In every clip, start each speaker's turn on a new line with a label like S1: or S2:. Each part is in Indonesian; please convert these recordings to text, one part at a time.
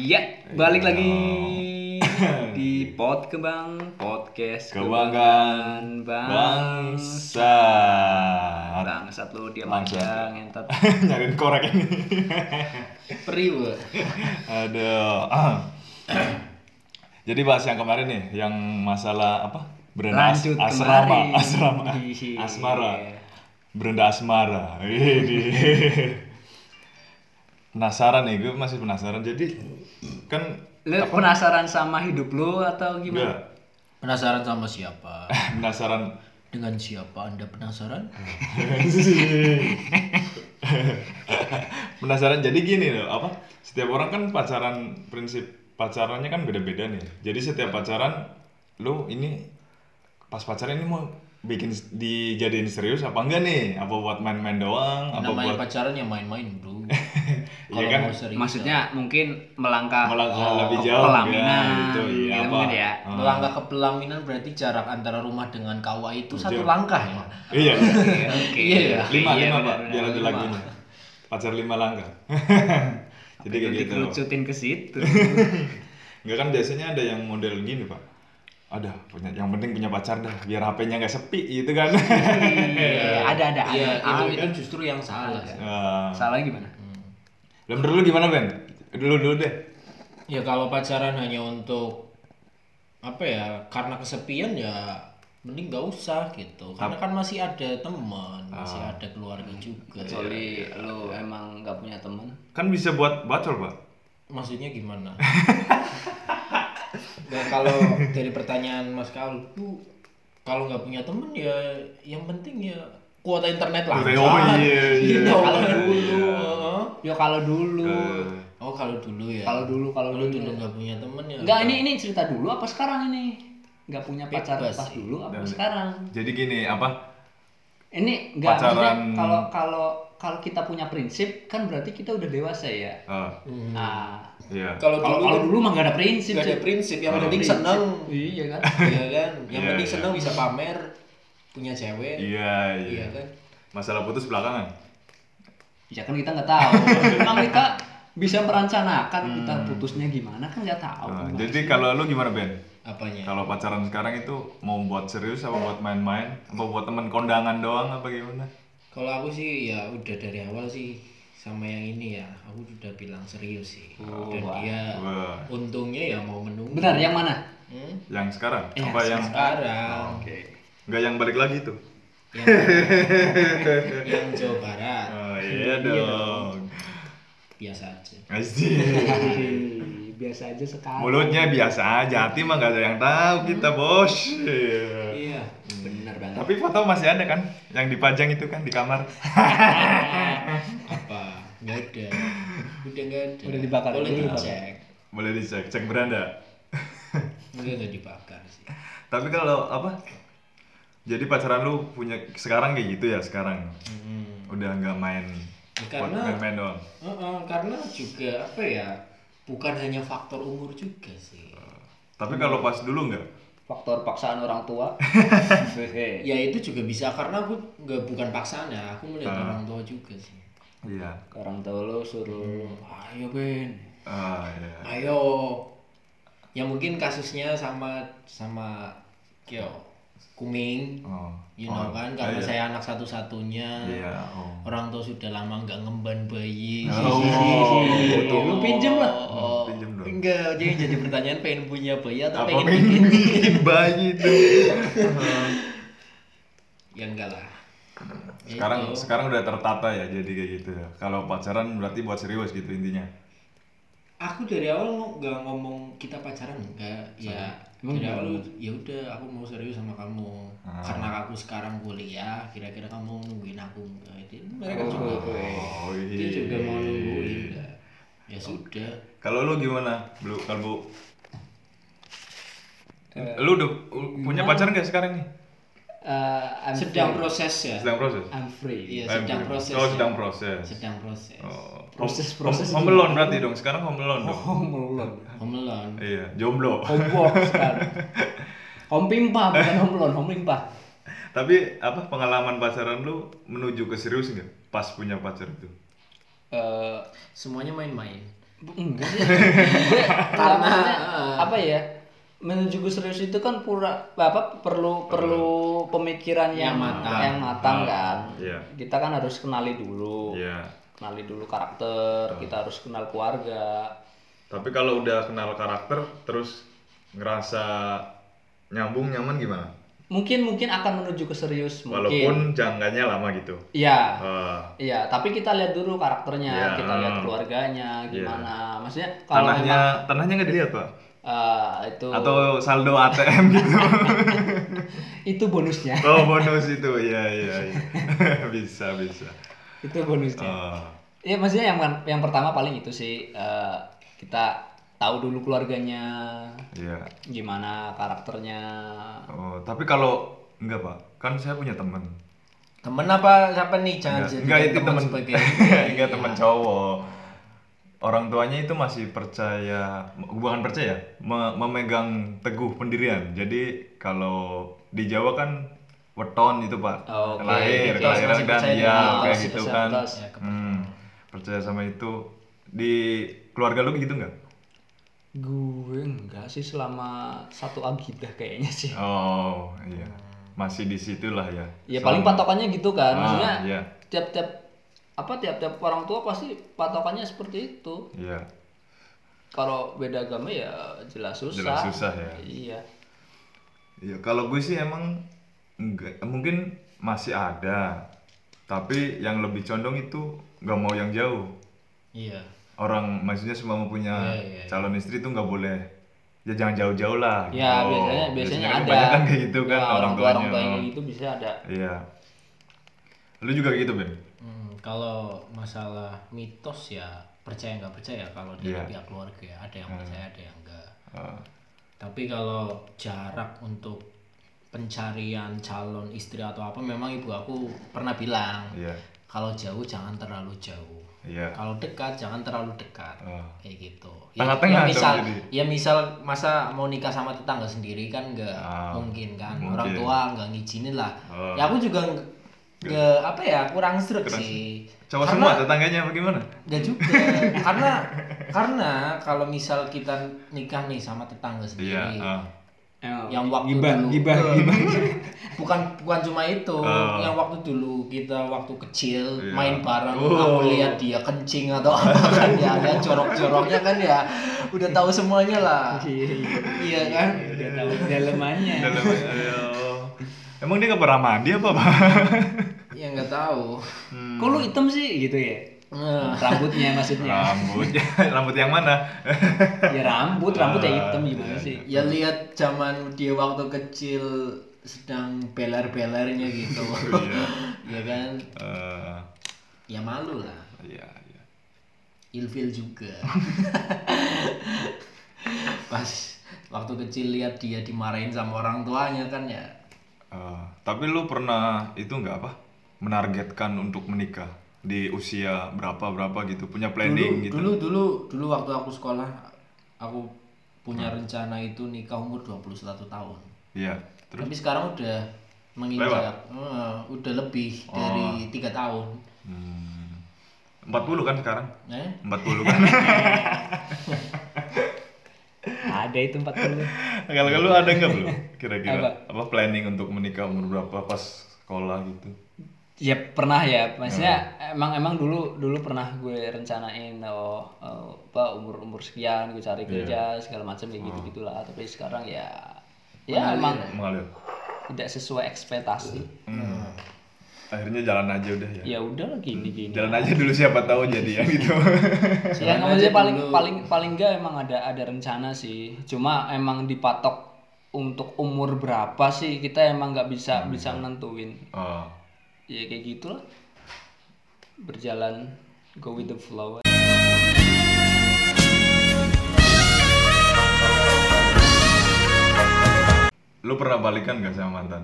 S1: Iya, balik lagi di podcast
S2: Kebanggaan
S1: bangsa.
S2: Bangsat.
S1: Bangsat lu diam
S2: Bangsat.
S1: aja ngentot.
S2: Nyariin korek ini.
S1: Periwe.
S2: Aduh. Jadi bahas yang kemarin nih, yang masalah apa? Beranda
S1: Lanjut
S2: asrama,
S1: kemarin.
S2: asmara. Beranda asmara. Ini. Penasaran nih, gue masih penasaran. Jadi kan
S1: Lu penasaran sama hidup lu atau gimana?
S2: enggak
S3: Penasaran sama siapa?
S2: penasaran
S3: Dengan siapa Anda penasaran?
S2: penasaran. Jadi gini loh, apa? Setiap orang kan pacaran, prinsip pacarannya kan beda-beda nih. Jadi setiap pacaran lu ini pas pacaran ini mau bikin dijadiin serius apa enggak nih? Apa buat main-main doang? Apa
S3: Namanya
S2: buat
S3: pacaran ya main-main bro.
S2: Iya
S3: Kalau
S2: kan?
S3: mau serius,
S1: Maksudnya mungkin melangkah
S2: lebih
S1: ke
S2: jauh
S1: pelaminan,
S2: ya, gitu, iya,
S1: gitu
S2: apa?
S1: mungkin ya.
S3: melangkah ke pelaminan berarti jarak antara rumah dengan kawah itu satu
S2: Jauh.
S3: langkah ya.
S2: Iya.
S1: Oke.
S3: Iya, ya.
S2: lima
S1: Iya,
S2: Pak,
S1: benar,
S2: biar ada
S1: lima.
S2: lagunya. Pacar 5 langkah. Jadi kayak gitu.
S1: Dikerucutin ke situ.
S2: Enggak kan biasanya ada yang model gini, Pak. Ada punya, yang penting punya pacar dah, biar HP-nya nggak sepi gitu kan.
S1: Iya, ada.
S3: Iya,
S1: Ah,
S3: itu justru yang salah.
S1: Salahnya gimana?
S2: Lah menurut lu gimana, Ben? Dulu deh.
S3: Ya kalau pacaran hanya untuk apa ya? Karena kesepian ya mending gak usah gitu. Karena kan masih ada teman, masih ada keluarga juga.
S1: Kecuali lu emang nggak punya teman.
S2: Kan bisa buat bacol, Pak.
S3: Maksudnya gimana? Nah, kalau dari pertanyaan Mas Kaul tuh kalau nggak punya temen ya yang penting ya kuota internet lah.
S2: Oh iya.
S1: Kalau
S3: Kalau
S1: dulu.
S3: dulu.
S1: Ya kalau dulu.
S3: Oh kalau dulu ya.
S1: Kalau dulu
S3: Kalau dulu nggak punya temen ya.
S1: Enggak, ini cerita dulu apa sekarang ini? Nggak punya pacar
S3: Bebas
S1: pas
S3: sih.
S1: dulu apa sekarang?
S2: Jadi gini, apa?
S1: Ini enggak
S2: Pacaran-
S1: maksudnya kalau kita punya prinsip kan berarti kita udah dewasa ya. Nah,
S2: Iya.
S3: Kalau
S1: kalau
S3: dulu
S1: dulu mah nggak ada prinsip.
S3: nggak ada
S1: Cik.
S3: prinsip. Yang
S1: Nggak ada
S3: penting
S1: prinsip.
S3: seneng.
S1: Iya kan?
S3: Iya kan. Yang
S2: Iya,
S3: penting
S2: iya.
S3: seneng bisa pamer punya cewek.
S2: Iya.
S3: Iya kan.
S2: Masalah putus belakangan.
S1: Ya kan kita nggak tahu. Emang kita bisa merencanakan kita putusnya gimana kan nggak tahu.
S2: Jadi kalau lu gimana, Ben?
S3: Apanya?
S2: Kalau pacaran sekarang itu mau buat serius apa buat main-main? Apa buat temen kondangan doang apa gimana?
S3: Kalau aku sih ya udah dari awal sih sama yang ini ya aku udah bilang serius sih. Dan dia
S2: Wah.
S3: untungnya ya mau menunggu.
S1: Benar, yang mana?
S2: Yang sekarang?
S1: Iya,
S2: Apa yang
S3: Sekarang
S2: nggak yang balik lagi tuh?
S3: yang, yang Jawa Barat
S2: Oh iya dong.
S3: biasa aja.
S2: Asik.
S1: Biasa aja sekarang.
S2: Mulutnya biasa aja, hati mah nggak ada yang tahu kita, Bos.
S3: Iya.
S1: Benar banget.
S2: Tapi foto masih ada kan? Yang dipajang itu kan di kamar.
S3: Apa? Nggak ada. Udah nggak ada.
S1: Udah dibakar.
S3: Boleh
S1: Udah dibakar.
S3: dicek.
S2: Boleh dicek, cek beranda.
S3: Nggak dibakar sih.
S2: Tapi kalau apa? Jadi pacaran lu punya sekarang kayak gitu ya sekarang? Udah nggak main
S3: Karena
S2: main doang.
S3: karena juga apa ya? Bukan hanya faktor umur juga sih.
S2: Tapi kalau pas dulu nggak?
S1: Faktor paksaan orang tua.
S3: Ya itu juga bisa karena aku bukan paksaan ya. Aku melihat orang tua juga sih.
S2: Iya.
S1: Orang tua lo suruh, ayo Ben.
S2: Iya.
S3: Ayo. Ya mungkin kasusnya sama Kyo Kuming.
S2: Oh.
S3: You know kan karena
S2: iya.
S3: saya anak satu-satunya.
S2: Iya. Oh.
S3: Orang tua sudah lama nggak ngemban bayi.
S1: Lu pinjem lah.
S2: Pinjem dong.
S3: Enggak, jadi pertanyaan pengen punya bayi atau
S2: Apa
S3: pengen
S2: pengen
S3: bikin?
S2: bikin bayi itu?
S3: Ya enggak lah.
S2: Sekarang udah tertata ya jadi kayak gitu ya. Kalau pacaran berarti buat serius gitu intinya.
S3: Aku dari awal nggak ngomong kita pacaran enggak, ya dari awal ya udah aku mau serius sama kamu karena aku sekarang kuliah, kira-kira kamu nungguin aku enggak? Itu mereka juga, dia juga mau nungguin enggak? Ya sudah.
S2: Kalau lu gimana, Kalbu? Lu udah punya pacar nggak sekarang nih?
S3: Sedang proses ya.
S2: Sedang proses.
S1: I'm free.
S3: Iya sedang proses.
S2: Oh,
S3: ya.
S2: sedang proses.
S3: Sedang proses.
S2: Oh.
S1: Proses
S2: Home alone berarti dong. Sekarang home alone dong.
S1: Homelon.
S3: Homelan.
S2: Iya, jomblo.
S1: Homework sekarang. Home pimpah bukan homelon, home pimpah.
S2: Tapi apa pengalaman pacaran lu menuju ke serius nggak? Pas punya pacar itu?
S3: Semuanya main-main.
S1: Enggak sih. Gue karena apa ya? Menuju ke serius itu kan perlu pemikiran yang matang kan.
S2: Iya.
S1: Kita kan harus kenali dulu.
S2: Iya.
S1: Kenali dulu karakter, kita harus kenal keluarga.
S2: Tapi kalau udah kenal karakter terus ngerasa nyambung nyaman gimana?
S1: Mungkin akan menuju ke serius mungkin.
S2: Walaupun jangkanya lama gitu.
S1: Iya.
S2: Ah.
S1: Iya, tapi kita lihat dulu karakternya,
S2: Iya.
S1: kita lihat keluarganya gimana. Maksudnya kalau
S2: tanahnya nggak dilihat, Pak?
S1: itu
S2: Atau saldo ATM gitu?
S1: itu bonusnya.
S2: Oh, bonus itu, iya. bisa.
S1: Itu bonusnya.
S2: Oh.
S1: Iya, maksudnya yang pertama paling itu sih kita tahu dulu keluarganya.
S2: Iya.
S1: Gimana karakternya.
S2: Oh, tapi kalau enggak, Pak, kan saya punya teman.
S3: Temen apa siapa nih? Jangan
S2: Enggak itu teman
S3: sebagai
S2: enggak teman cowok. Orang tuanya itu masih percaya, bukan percaya, memegang teguh pendirian. Jadi kalau di Jawa kan weton itu, Pak.
S1: Oke.
S2: Kelahiran kan ya kayak gitu kan.
S1: Ya,
S2: Percaya sama itu. Di keluarga lu gitu nggak?
S1: gue enggak sih selama satu akidah kayaknya sih.
S2: Oh iya, masih di situlah ya.
S1: Ya paling patokannya gitu kan. Maksudnya
S2: iya.
S1: tiap orang tua pasti patokannya seperti itu.
S2: Iya.
S1: Kalau beda agama ya jelas susah.
S2: Jelas susah ya.
S1: Iya.
S2: Iya, kalau gue sih emang enggak, mungkin masih ada. Tapi yang lebih condong itu nggak mau yang jauh.
S3: Iya.
S2: Orang maksudnya semua mau punya calon istri tuh nggak boleh. Ya jangan jauh-jauh lah.
S1: Ya
S2: gitu.
S1: biasanya
S2: kan
S1: ada.
S2: kebanyakan kayak gitu kan
S1: Ya,
S2: orang tuanya.
S1: Orang tua yang gitu bisa ada.
S2: Iya. Lu juga gitu, Ben?
S3: Kalau masalah mitos ya percaya nggak percaya kalau dari pihak keluarga ya. Ada yang percaya, ada yang enggak. Tapi kalau jarak untuk pencarian calon istri atau apa, memang ibu aku pernah bilang, kalau jauh jangan terlalu jauh. Kalau dekat jangan terlalu dekat. Kayak gitu.
S2: Tengah-tengah
S3: misal masa mau nikah sama tetangga sendiri kan nggak mungkin kan. Orang tua nggak ngizinin lah. Ya aku juga kurang sreg sih.
S2: Cowok semua tetangganya bagaimana?
S3: Enggak juga. karena kalau misal kita nikah nih sama tetangga sendiri. Yang waktu
S1: gibah.
S3: bukan cuma itu. Yang waktu dulu kita waktu kecil main bareng, aku lihat dia kencing atau apa kan ya, ada corok-coroknya kan ya. Udah tahu semuanya lah. Iya kan?
S1: Udah tahu dalemannya.
S2: Emang dia nggak pernah mandi apa, Pak?
S3: Ya nggak tahu.
S1: Kok lu hitam sih gitu ya? Rambutnya maksudnya.
S2: Rambut yang mana?
S1: Ya rambut yang hitam gimana sih?
S3: Ya lihat zaman dia waktu kecil sedang belar-belarnya gitu. Ya kan? Ya malu lah.
S2: Iya.
S3: Ilfil juga. Pas waktu kecil lihat dia dimarahin sama orang tuanya kan ya.
S2: Tapi lu pernah itu nggak menargetkan untuk menikah di usia berapa gitu, punya planning gitu?
S3: Dulu waktu aku sekolah, aku punya rencana itu nikah umur 21 tahun.
S2: Iya. Terus?
S3: Tapi sekarang udah menginjak, udah lebih dari 3 tahun.
S2: 40 kan sekarang? 40 kan?
S1: Ada itu 40.
S2: Kalau lu ada nggak belum? Kira-kira apa planning untuk menikah umur berapa pas sekolah gitu?
S1: Ya pernah ya, maksudnya emang dulu pernah gue rencanain umur sekian gue cari kerja segala macam kayak gitulah, tapi sekarang ya emang
S2: mengalir.
S1: Tidak sesuai ekspektasi.
S2: Akhirnya jalan aja udah ya.
S1: Ya udah gini.
S2: Jalan aja dulu, siapa tahu jadi ya gitu.
S1: Ya maksudnya paling enggak emang ada rencana sih. Cuma emang dipatok untuk umur berapa sih kita emang nggak bisa nentuin. Ya kayak gitulah, berjalan, go with the flow.
S2: Lu pernah balikan gak sama mantan?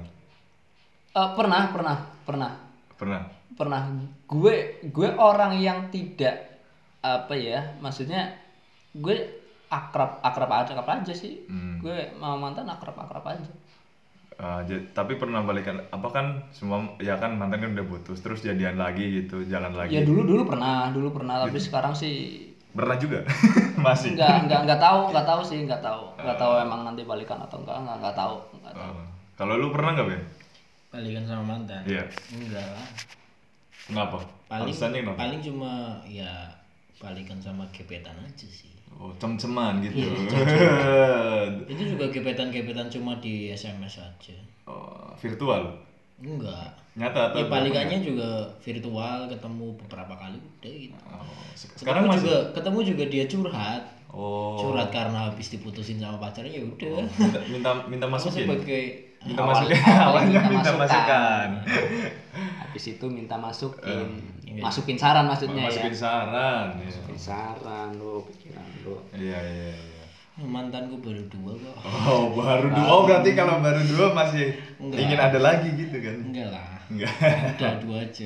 S1: Pernah. Gue orang yang tidak maksudnya gue akrab aja sih. Gue sama mantan akrab aja.
S2: Tapi pernah balikan apa kan semua ya kan, mantan kan udah putus terus jadian lagi gitu, jalan lagi.
S1: Ya dulu pernah tapi sekarang sih
S2: Pernah juga? Masih?
S1: Enggak tahu sih, enggak tahu emang nanti balikan atau enggak tahu.
S2: Kalau lu pernah nggak, Ben?
S3: Balikan sama mantan?
S2: Iya.
S3: Enggak lah.
S2: Kenapa? Alasannya kenapa?
S3: Paling cuma ya balikan sama gebetan aja sih.
S2: Oh, cem-ceman gitu.
S3: Itu juga gebetan cuma di SMS aja.
S2: Oh, virtual?
S3: Enggak.
S2: Nyata atau
S3: ya balikannya juga virtual, ketemu beberapa kali udah gitu.
S2: Sekarang
S3: ketemu juga dia curhat.
S2: Oh.
S3: Curhat karena habis diputusin sama pacarnya ya udah.
S2: Minta masukin.
S1: Awalnya
S2: minta masukan.
S1: Habis itu minta masukin saran maksudnya.
S2: Masukin saran.
S1: Masukin saran lo, pikiran lo.
S2: Iya.
S3: Mantanku baru 2 kok.
S2: Oh, baru 2. Oh, berarti kalau baru 2 masih ingin ada lagi gitu kan?
S3: Enggak lah.
S2: Enggak.
S3: Udah 2 aja.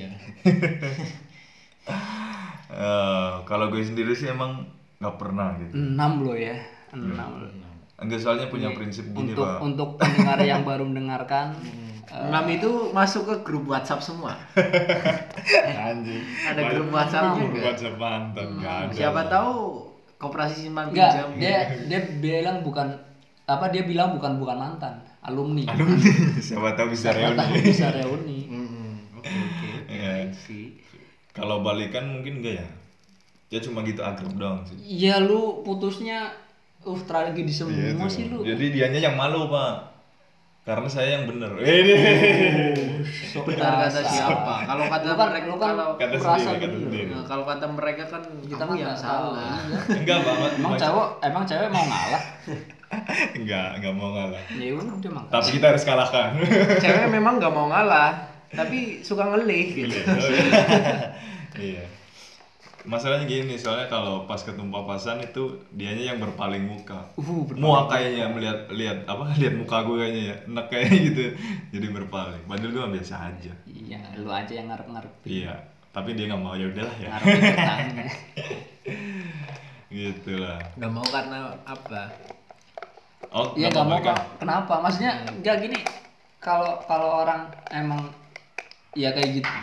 S2: Kalau gue sendiri sih emang nggak pernah gitu.
S1: 6 lo ya. 6.
S2: Enggak, soalnya punya prinsip gini, Pak.
S1: Untuk pendengar yang baru mendengarkan,
S3: 6 itu masuk ke grup WhatsApp semua.
S2: Anjing.
S3: Ada grup WhatsApp-nya
S2: Grup WhatsApp mantan enggak ada.
S3: Siapa tahu koperasi simpan
S1: enggak,
S3: pinjam.
S1: dia bilang bukan bukan mantan, alumni.
S2: Siapa tahu bisa reuni.
S1: Bisa reuni.
S3: Oke.
S2: Iya. Kalau balikan mungkin enggak ya? Ya cuma gitu akrab doang sih.
S1: Iya, lu putusnya tragedi semua sih lu.
S2: Jadi dianya yang malu, Pak. Karena saya yang bener.
S3: Benar kata siapa? Kalau kata mereka
S2: kata sendiri.
S3: Kalau kata mereka kan kita yang salah.
S2: Enggak, Pak.
S1: Emang cewek mau ngalah?
S2: Enggak mau ngalah.
S1: Ya udah makanya.
S2: Tapi kita harus kalahkan.
S3: Cewek memang enggak mau ngalah, tapi suka ngelih gitu.
S2: Iya. Masalahnya gini, soalnya kalau pas ketemu papasan itu dianya yang berpaling muka. Muak kayaknya lihat muka gue kayaknya ya. Enak kayaknya gitu. Jadi berpaling. Padahal gue biasa aja.
S1: Iya, lu aja yang ngarep-ngarepin.
S2: Iya, tapi dia enggak mau, ya udahlah ya.
S1: Ngarepin utangnya.
S2: Gitulah.
S3: Enggak mau karena apa?
S2: Oh,
S1: iya nggak mau kenapa? Maksudnya nggak gini. Kalau orang emang ya kayak gitu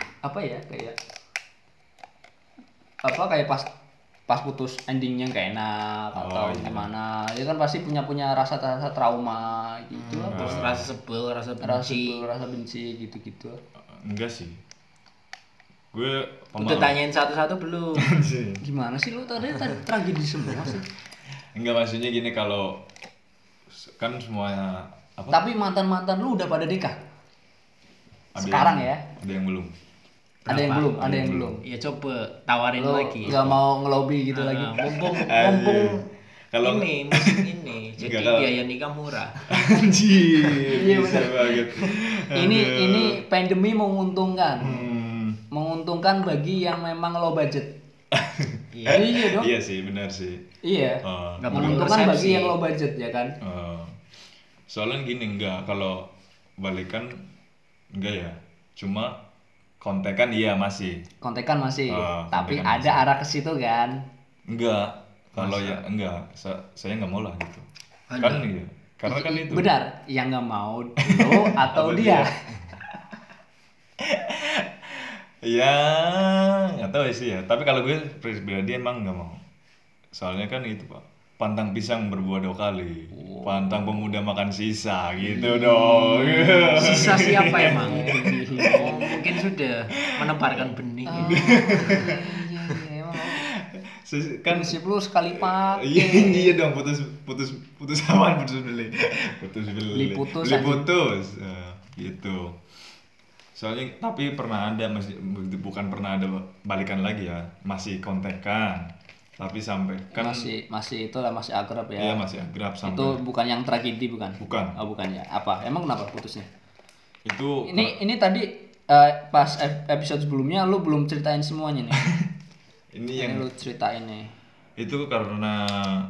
S1: kayak pas putus endingnya nggak enak atau gimana, ya kan pasti punya rasa trauma gitu.
S3: Terus rasa sebel, rasa
S1: benci gitu.
S2: Enggak sih. Gue
S3: udah tanyain satu-satu belum?
S1: Gimana sih lu tadi tragedi semua sih?
S2: Enggak, maksudnya gini, kalau kan semuanya apa?
S1: Tapi mantan lu udah pada nikah? Sekarang ya?
S2: Ada yang belum.
S1: Ada yang belum.
S3: Ya coba tawarin
S1: lo
S3: lagi.
S1: Nggak mau ngelobi gitu lagi.
S3: Mumpung
S2: kalau
S3: musim ini jadi biaya nikah murah.
S2: Anjir. Iya banget.
S1: Ini pandemi menguntungkan. Menguntungkan bagi yang memang low budget. Iya dong.
S2: Iya sih, benar sih.
S1: Iya. Menguntungkan bagi yang low budget ya kan.
S2: Soalnya gini, kalau balikan enggak ya. Cuma kontekan masih.
S1: Tapi ada arah ke situ kan?
S2: Enggak. Kalau ya enggak, saya enggak mau lah gitu. Kan iya. Karena kan itu.
S1: Benar, yang enggak mau lo atau dia.
S2: Ya, enggak tahu sih ya. Tapi kalau gue pribadi emang enggak mau. Soalnya kan itu, Pak. Pantang pisang berbuah 2 kali. Pantang pemuda makan sisa gitu dong.
S3: Sisa siapa emang? Mungkin sudah menebarkan benih.
S1: Iya. Kan prinsip lu sekali pakai.
S2: Iya dong, putus apaan? Putus beli. Putus. Gitu. Soalnya tapi pernah ada, bukan pernah ada balikan lagi ya, masih kontekan. Tapi sampai kan
S1: masih itulah, masih akrab ya.
S2: Iya, masih akrab sampai.
S1: Itu bukan yang tragedi bukan?
S2: Bukan.
S1: Oh, bukan ya. Apa? Emang kenapa putusnya?
S2: Itu
S1: ini tadi pas episode sebelumnya lu belum ceritain semuanya nih.
S2: Ini yang
S1: lu ceritain nih.
S2: Itu karena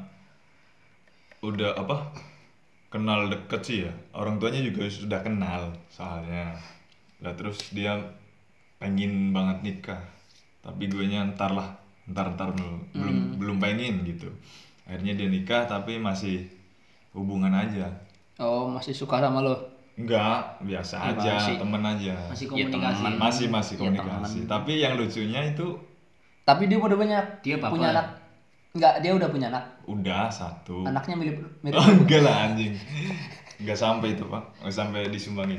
S2: udah kenal deket sih ya. Orang tuanya juga sudah kenal soalnya. Lah terus dia pengen banget nikah. Tapi guenya ntar dulu. Belum pengen gitu. Akhirnya dia nikah tapi masih hubungan aja.
S1: Oh, masih suka sama lo?
S2: Enggak, biasa aja, temen aja.
S3: Masih komunikasi.
S2: Ya, masih komunikasi. Tapi yang lucunya itu.
S1: Tapi dia udah punya anak. Enggak, dia udah punya anak.
S2: Udah 1.
S1: Anaknya mirip
S2: Oh, enggak lah anjing. Enggak sampai itu, Pak. Enggak sampai disumbangin.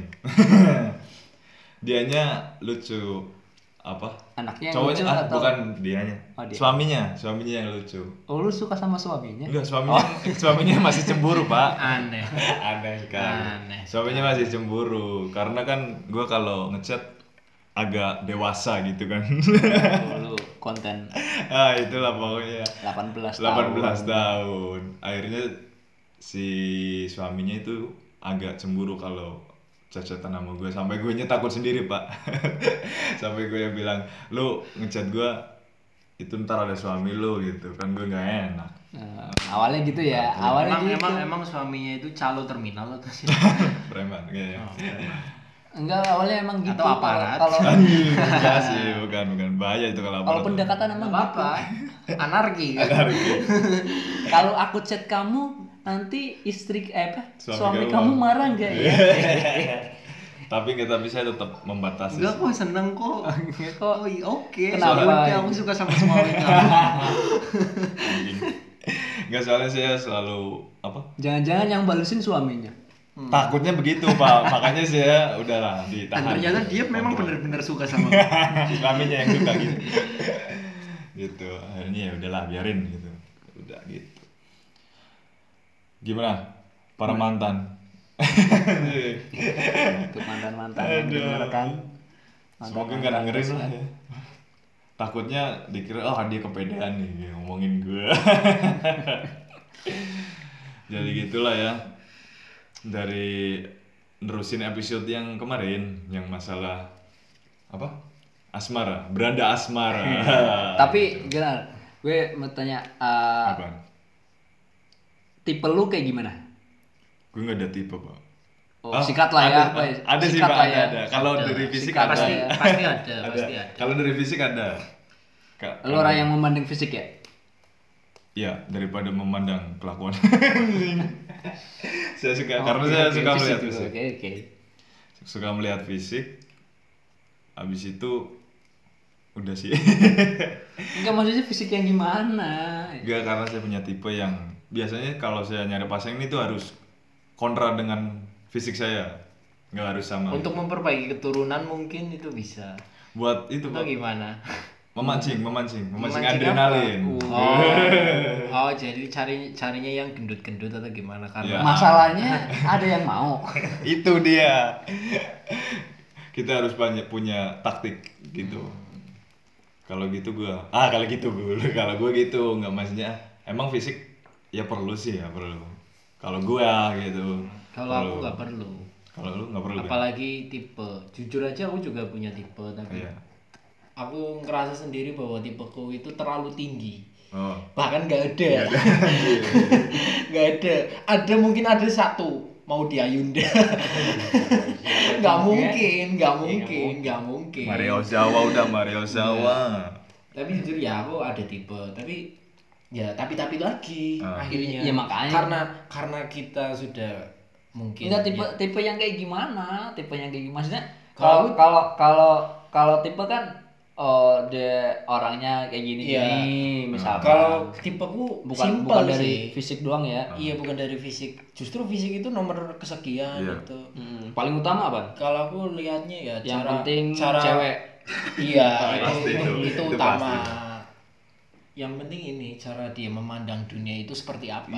S2: Dianya lucu. Apa?
S1: Anaknya yang
S2: Cowoknya
S1: lucu atau
S2: bukan dianya.
S1: Oh, dia.
S2: Suaminya yang lucu.
S1: Oh, lu suka sama suaminya?
S2: Enggak, suaminya masih cemburu, Pak.
S3: Aneh.
S2: Aneh sekali.
S3: Aneh.
S2: Suaminya masih cemburu karena kan gua kalau ngechat agak dewasa gitu kan.
S1: Lu konten
S2: Itulah pokoknya
S1: 18
S2: tahun. Akhirnya si suaminya itu agak cemburu kalau chat-chatan sama gue, sampai gue takut sendiri, Pak. Sampai gue bilang, lu ngechat gue itu ntar ada suami lu gitu kan, gue nggak enak.
S1: Awalnya gitu ya.
S3: Emang suaminya itu calo terminal atau sih?
S2: Preman kayaknya.
S1: Enggak, awalnya emang gitu.
S3: Atau aparat.
S1: Kalau
S2: Enggak sih, bukan bahaya itu kalau
S1: kalau pendekatan emang gitu.
S3: apa? Anarki.
S1: Kalau aku chat kamu nanti suami
S2: Suami
S1: kamu
S2: kamu
S1: marah enggak ya?
S2: Tapi saya tetap membatasi.
S3: Enggak, kok seneng kok.
S1: Kok
S3: Oke.
S1: Kenapa?
S3: Udah, aku suka sama suami kamu.
S2: Enggak, soalnya saya selalu apa?
S1: Jangan-jangan yang balesin suaminya.
S2: Takutnya begitu, Pak. Makanya saya udahlah
S3: Dan
S2: ditahan.
S3: ternyata dia memang benar-benar suka sama kamu.
S2: Suaminya yang suka gitu. Gitu. Akhirnya ya udahlah, biarin gitu. Udah gitu. Gimana? Para mantan.
S1: Untuk mantan-mantan yang dengarkan.
S2: Semoga nggak dengerin lah ya. Takutnya dikira dia kepedean nih ngomongin gue. Jadi gitulah ya. Dari nerusin episode yang kemarin yang masalah apa? Asmara, beranda asmara.
S1: Tapi gimana? Gue mau tanya
S2: Apa?
S1: tipe lu kayak gimana?
S2: Gue nggak ada tipe, Pak.
S1: Oh, sikat lah ya.
S2: Ada sih,
S1: Sikat
S2: Pak,
S1: lah ya.
S2: ada. Kalau dari fisik
S1: Sikat
S2: ada.
S1: pasti ada.
S3: Pasti ada.
S2: Kalau dari fisik ada.
S1: Lu orang yang memandang fisik ya?
S2: Ya, daripada memandang kelakuan. Saya suka karena saya suka melihat fisik.
S1: Oke.
S2: Suka melihat fisik. Habis itu udah sih.
S1: Enggak, maksudnya fisik yang gimana?
S2: Enggak, karena saya punya tipe yang biasanya kalau saya nyari pasangan itu harus kontra dengan fisik saya. Enggak harus sama.
S3: Untuk memperbaiki keturunan mungkin itu bisa.
S2: Buat itu,
S3: Atau
S2: Pak.
S3: gimana?
S2: Memancing
S3: Memancing
S2: adrenalin.
S3: Oh, jadi carinya yang gendut-gendut atau gimana? Karena
S2: Ya.
S1: Masalahnya ada yang mau.
S2: Itu dia. Kita harus punya taktik gitu. Kalau gitu kalau gitu nggak, maksudnya emang fisik ya perlu sih ya, perlu. Kalau gitu.
S3: kalau aku nggak perlu.
S2: Kalau lu nggak perlu.
S3: Apalagi tipe. Jujur aja aku juga punya tipe, tapi
S2: Iya.
S3: aku ngerasa sendiri bahwa tipeku itu terlalu tinggi.
S2: Oh.
S3: Bahkan nggak ada. Nggak ada. Mungkin ada satu, mau di Ayunda. Nggak mungkin.
S2: Mario Zawa.
S3: Tapi jujur ya aku ada tipe, tapi lagi akhirnya.
S1: Ya makanya.
S3: Karena kita sudah mungkin.
S1: Enggak, tipe yang kayak gimana? Maksudnya kalau tipe kan dia orangnya kayak gini misalkan.
S3: Kalau tipeku
S1: bukan dari fisik doang ya.
S3: Iya, bukan dari fisik. Justru fisik itu nomor kesekian gitu.
S1: Paling utama apa?
S3: Kalau aku lihatnya ya
S1: Yang
S3: cara
S1: penting cewek.
S3: Iya,
S2: Pasti
S3: itu
S2: itu
S3: utama.
S2: pasti.
S3: Yang penting ini cara dia memandang dunia itu seperti apa.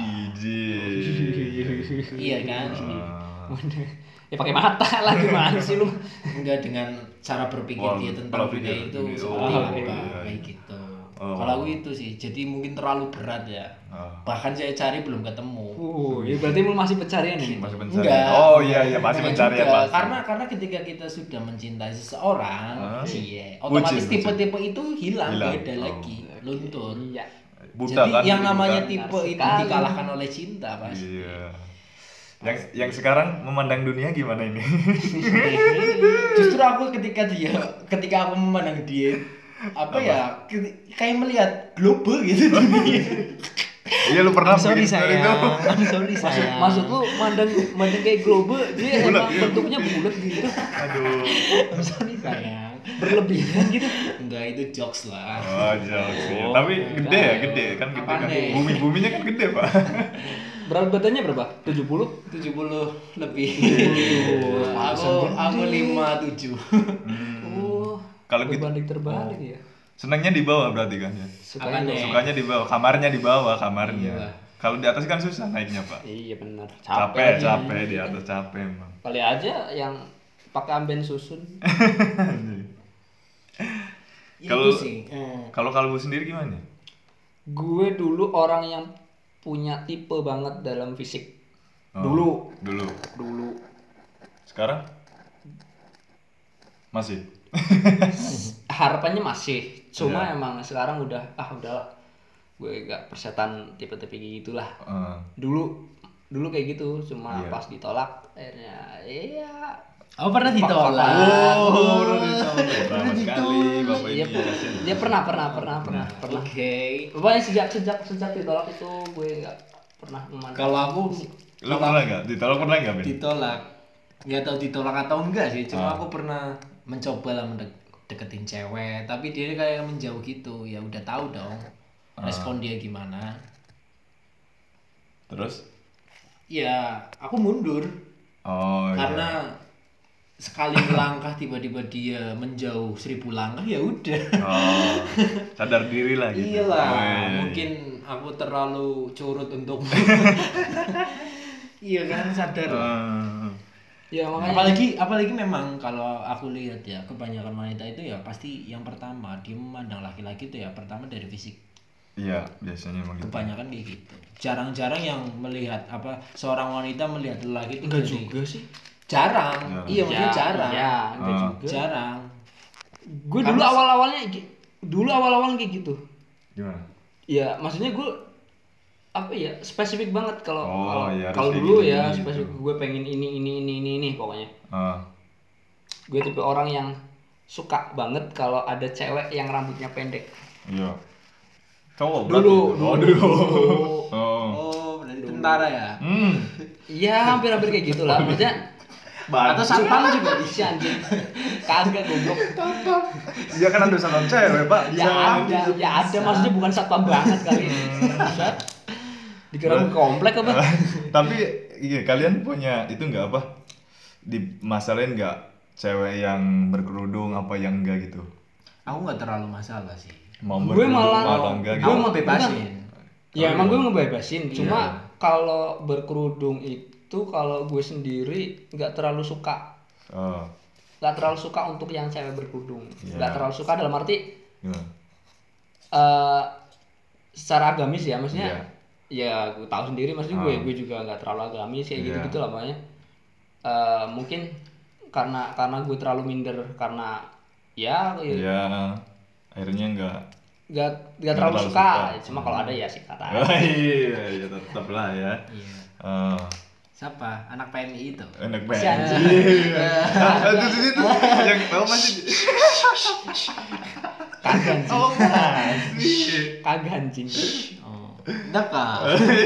S3: Iya kan?
S1: Ya pakai mata lah, gimana sih lu?
S3: Enggak, dengan cara berpikir dia tentang dunia itu seperti apa, kayak gitu. Kalau aku itu sih, jadi mungkin terlalu berat ya. Bahkan saya cari belum ketemu.
S1: Ya berarti lu masih pencarian ini.
S2: Masih pencarian.
S3: Enggak.
S2: Oh iya masih
S3: Enggak
S2: pencarian
S3: juga.
S2: pasti.
S3: Karena ketika kita sudah mencintai seseorang, otomatis
S2: Bucin.
S3: tipe-tipe itu hilang.
S2: Hilang.
S3: Beda lagi, luntur.
S1: Iya.
S2: Buta
S3: Jadi
S2: kan,
S3: yang
S2: jadi
S3: namanya
S2: buta.
S3: tipe itu
S1: Sekali.
S3: dikalahkan oleh cinta pasti.
S2: Iya. Yang sekarang memandang dunia gimana ini?
S3: Justru aku ketika aku memandang dia kayak melihat global gitu dunia.
S2: Iya, lu pernah
S3: Sorry
S2: bikin story
S3: sayang.
S2: itu?
S1: Maksud lu mandang kayak global, dia emang bentuknya bulat gitu.
S2: Aduh.
S3: Sorry sayang.
S1: berlebihan gitu.
S3: Enggak, itu jokes lah.
S2: Oh, jokes ya. Tapi gede ya, gede kan gede kan. Bumi-buminya kan gede, Pak.
S1: Berat badannya berapa? 70?
S3: 70 lebih.
S1: Aku
S3: 57.
S1: Oh.
S2: Kalau gitu
S1: terbalik ya.
S2: senangnya di bawah berarti kan ya. Sukanya di bawah, kamarnya di bawah, kamarnya.
S3: Iya.
S2: Kalau di atas kan susah naiknya, Pak.
S1: Iya benar.
S2: Capek di atas capek emang.
S1: Kali aja yang pakai amben susun.
S2: Kalau
S3: itu sih.
S2: Kalau kalbu sendiri gimana?
S1: Gue dulu orang yang punya tipe banget dalam fisik.
S2: Dulu. Sekarang? Masih.
S1: Harapannya masih. Cuma emang sekarang udahlah. Gue gak persetan tipe-tipe gitulah. Dulu kayak gitu, cuma pas ditolak akhirnya
S3: Oh, pernah ditolak.
S2: Pernah sekali Bapak ini.
S1: Dia pernah.
S3: Oke.
S1: Pokoknya sejak ditolak itu gue nggak pernah memandang.
S3: Kalau aku
S2: Lu pernah nggak? Ditolak pernah nggak, Ben?
S3: ditolak. Nggak tahu ditolak atau enggak sih, cuma aku pernah mencoba lah deketin cewek, tapi dia kayak menjauh gitu. Ya udah tahu dong respon dia gimana.
S2: Terus?
S3: Ya, aku mundur.
S2: Oh,
S3: Karena sekali melangkah tiba-tiba dia menjauh 1000 langkah, ya udah.
S2: Oh, sadar diri lah gitu.
S3: Iyalah,
S2: iya.
S3: mungkin aku terlalu curut untuk iya kan, sadar.
S1: Ya makanya.
S3: Apalagi memang kalau aku lihat ya, kebanyakan wanita itu ya pasti yang pertama dia memandang laki-laki itu ya pertama dari fisik.
S2: Iya, biasanya emang gitu.
S3: Kebanyakan kayak gitu. Jarang-jarang yang melihat seorang wanita melihat lelaki itu
S1: Enggak
S3: dari
S1: juga sih.
S3: jarang. Iya, maksudnya jarang.
S1: Iya, enggak juga.
S3: Jarang.
S1: Gue dulu awal-awalnya kayak gitu.
S2: Gimana?
S1: Ya, maksudnya gue spesifik banget kalau
S2: harus
S1: dulu
S2: kayak
S1: ya
S2: gini,
S1: spesifik
S2: gitu.
S1: gue pengen ini pokoknya.
S2: Ah.
S1: Gue tipe orang yang suka banget kalau ada cewek yang rambutnya pendek.
S2: Iya. Cowok
S1: Dulu.
S3: Oh, berarti tentara ya?
S1: Iya, hampir kayak gitulah. Maksudnya
S3: Atau satpam juga
S1: si anjing. Kagak goblok.
S2: Iya kan ada satpam cewek, Pak.
S1: Ya ada maksudnya bukan satpam banget kali. Buset. Dikira komplek apa?
S2: Tapi iya, kalian punya itu enggak apa? Dimasalahin enggak cewek yang berkerudung apa yang enggak gitu?
S3: Aku nggak terlalu masalah sih.
S1: Gue malah
S2: enggak
S3: Gue
S2: gitu.
S3: mau bebasin.
S1: Ya emang gue ngebebasin, cuma kalau berkerudung itu kalau gue sendiri nggak terlalu suka. Nggak terlalu suka untuk yang cewek berkerudung. Nggak terlalu suka dalam arti secara agamis ya, maksudnya ya gue tahu sendiri, maksudnya gue juga nggak terlalu agamis kayak gitu lah makanya. Mungkin karena gue terlalu minder karena
S2: akhirnya
S1: nggak terlalu suka. Cuma kalau ada ya sih kata.
S2: Iya tetap lah ya.
S3: Siapa? Anak PMI itu?
S2: Enak
S1: Si
S2: banget.
S1: anjing.
S2: Itu yang tahu masih.
S1: Kagak anjing.
S2: Oh masih.
S1: Kagak anjing.
S3: Enggak kah?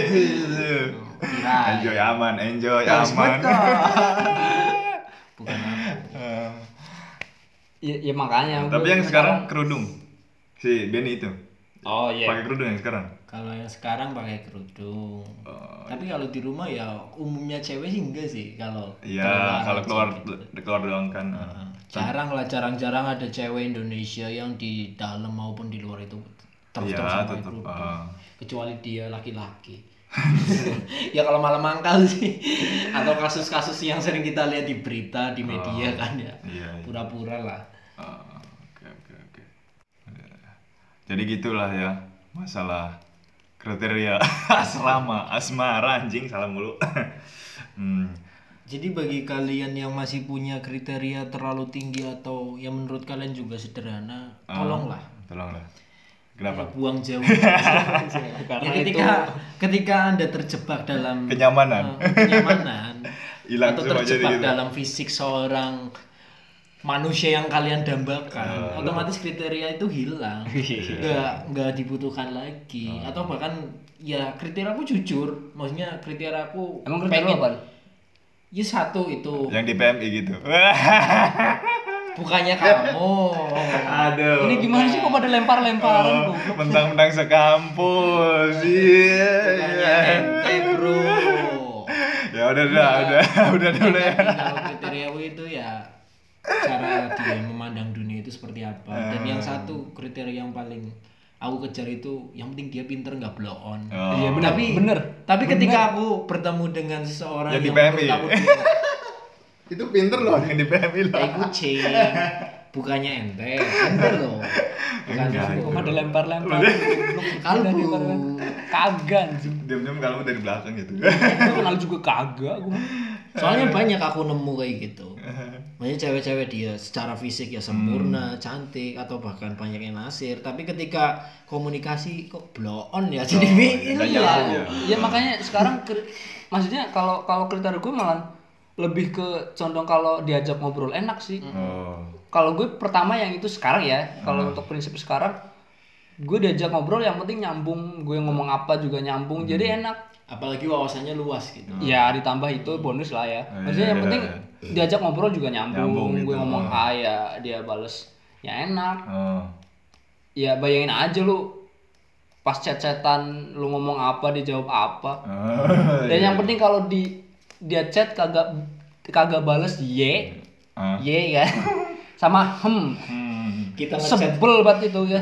S2: Enjoy aman.
S3: Bukan aku.
S1: Ya makanya.
S2: Tapi yang sekarang kerudung. Si Benny itu.
S1: Oh iya.
S2: Pakai kerudung yang sekarang.
S3: Kalau yang sekarang pakai kerudung. Tapi kalau di rumah ya umumnya cewek sih enggak sih kalau.
S2: Iya, kalau keluar doang kan.
S3: Jarang ada cewek Indonesia yang di dalam maupun di luar itu terus pakai kerudung. Kecuali dia laki-laki. Ya kalau malam mangkal sih atau kasus-kasus yang sering kita lihat di berita di media kan ya. Pura-pura lah.
S2: Oke. Jadi gitulah ya masalah kriteria asmara anjing salah mulu.
S3: Jadi bagi kalian yang masih punya kriteria terlalu tinggi atau yang menurut kalian juga sederhana, tolonglah.
S2: Kenapa?
S3: Buang jauh.
S1: Karena
S3: ketika Anda terjebak dalam
S2: kenyamanan. Hilang
S3: atau
S2: semua
S3: terjebak
S2: jadi gitu.
S3: dalam fisik seorang manusia yang kalian dambakan, otomatis kriteria itu hilang, nggak dibutuhkan lagi, atau bahkan ya kriteria aku jujur, maksudnya kriteria aku
S1: emang kriteria apa?
S3: Ya satu itu
S2: yang di PMI gitu.
S3: Bukannya kamu.
S2: Aduh.
S1: Ini gimana sih kok pada lempar-lemparan tuh?
S2: Mentang-mentang sekampus. Iya.
S3: Bukannya ente bro.
S2: Ya udah dulu ya.
S3: Kalau kriteria aku itu ya cara dia memandang dunia itu seperti apa. Dan yang satu kriteria yang paling aku kejar itu yang penting dia pinter nggak blow on.
S1: Iya bener.
S3: Tapi ketika aku bertemu dengan seseorang
S2: Yang di
S3: yang
S2: PMI.
S3: menurut aku
S2: Itu pinter loh yang di PMI loh.
S3: kucing, bukannya ente loh. Bukan
S1: Kok pada lempar-lempar?
S3: kalbu.
S1: Kagak sih.
S2: Diam-diam kalau dari belakang gitu.
S1: Gue kenal juga kagak gue.
S3: Soalnya banyak aku nemu kayak gitu. Banyak cewek-cewek dia secara fisik ya sempurna, cantik atau bahkan banyak yang nasir, tapi ketika komunikasi kok blow on ya jadi ini ya.
S1: Ya makanya sekarang maksudnya kalau kriteria gue malah lebih ke condong kalau diajak ngobrol enak sih. Kalau gue pertama yang itu sekarang ya, kalau untuk prinsip sekarang gue diajak ngobrol yang penting nyambung, gue ngomong apa juga nyambung, jadi enak.
S3: Apalagi wawasannya luas gitu.
S1: Ya ditambah itu bonus lah ya. Maksudnya yang penting diajak ngobrol juga nyambung
S2: gitu.
S1: gue ngomong A ya dia bales ya enak. Ya bayangin aja lu pas chat-chatan lu ngomong apa dia jawab apa. Dan yang penting kalau dia chat kagak bales ye kan sama
S3: Kita ngechat
S1: sebel banget itu ya.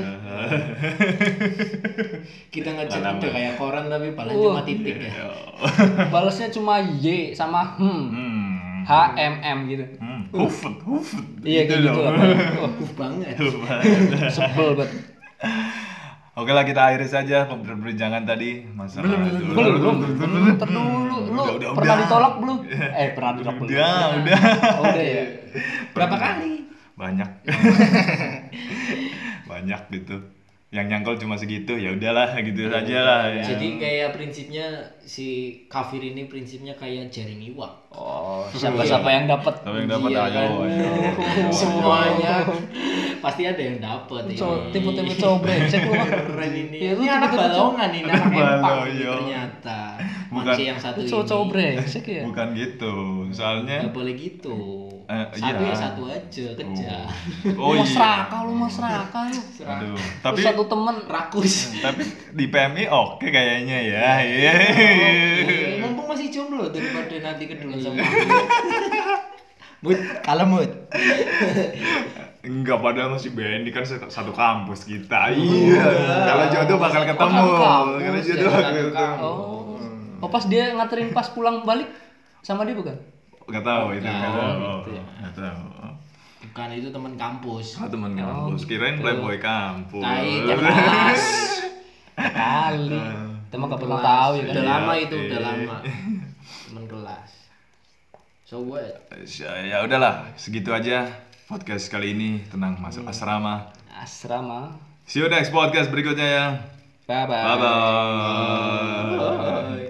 S3: Kita ngechat udah kayak koran tapi paling cuma titik ya.
S1: Balesnya cuma y sama gitu. Iya kayak gitu lah.
S3: Banget.
S1: Sebel banget.
S2: Oke lah kita akhiri saja perbincangan tadi masalah
S1: Belum. Lu pernah ditolak belum? Pernah ditolak belum?
S2: Udah.
S1: Oh, udah ya.
S3: Berapa kali?
S2: Banyak gitu. Yang nyangkul cuma segitu, ya udahlah gitu saja lah. Ya.
S3: Jadi kayak prinsipnya si kafir ini prinsipnya kayak jaring iwak.
S1: Oh, siapa yang dapat?
S2: Ayo.
S3: Semuanya pasti ada yang dapat ya.
S1: Tipe-tipe cowok brengsek lu mah.
S3: Keren ini.
S1: Ya, lu
S3: Ini anak
S1: tipe-tipe
S3: balongan ini, anak empang
S2: iya.
S3: ternyata.
S2: Bukan.
S3: Masih yang satu ini.
S1: Cowok brengsek ya.
S2: Bukan gitu. Soalnya
S3: Nggak boleh gitu. Satu
S2: iya.
S3: ya satu aja kejar.
S2: Oh
S1: Lu
S2: iya.
S1: mas Raka lu.
S2: Aduh.
S1: Tapi
S2: Tapi
S1: satu temen
S3: Rakus.
S2: tapi di PMI oke kayaknya ya. Iya.
S3: Mumpung masih jomblo daripada nanti keduluan sama Mut, kalem Mut.
S2: Enggak, padahal masih Bendi kan satu kampus kita. Iya. Kalau jodoh bakal ketemu. Kalau jodoh bakal ketemu.
S1: Oh pas dia nganterin pas pulang balik sama dia bukan?
S2: Enggak tahu itu.
S1: gitu ya.
S2: Enggak tahu.
S3: Bukan, itu teman kampus.
S2: Teman kampus. Kirain playboy kampus.
S3: Kelas.
S1: Kali. Kita mah gak pernah tahu ya kan.
S3: Udah lama itu, udah lama. Teman kelas. So what?
S2: Ya udahlah, segitu aja podcast kali ini tentang masuk asrama.
S1: Asrama.
S2: See you next podcast berikutnya ya.
S1: Bye bye.
S2: Bye bye.
S3: Bye.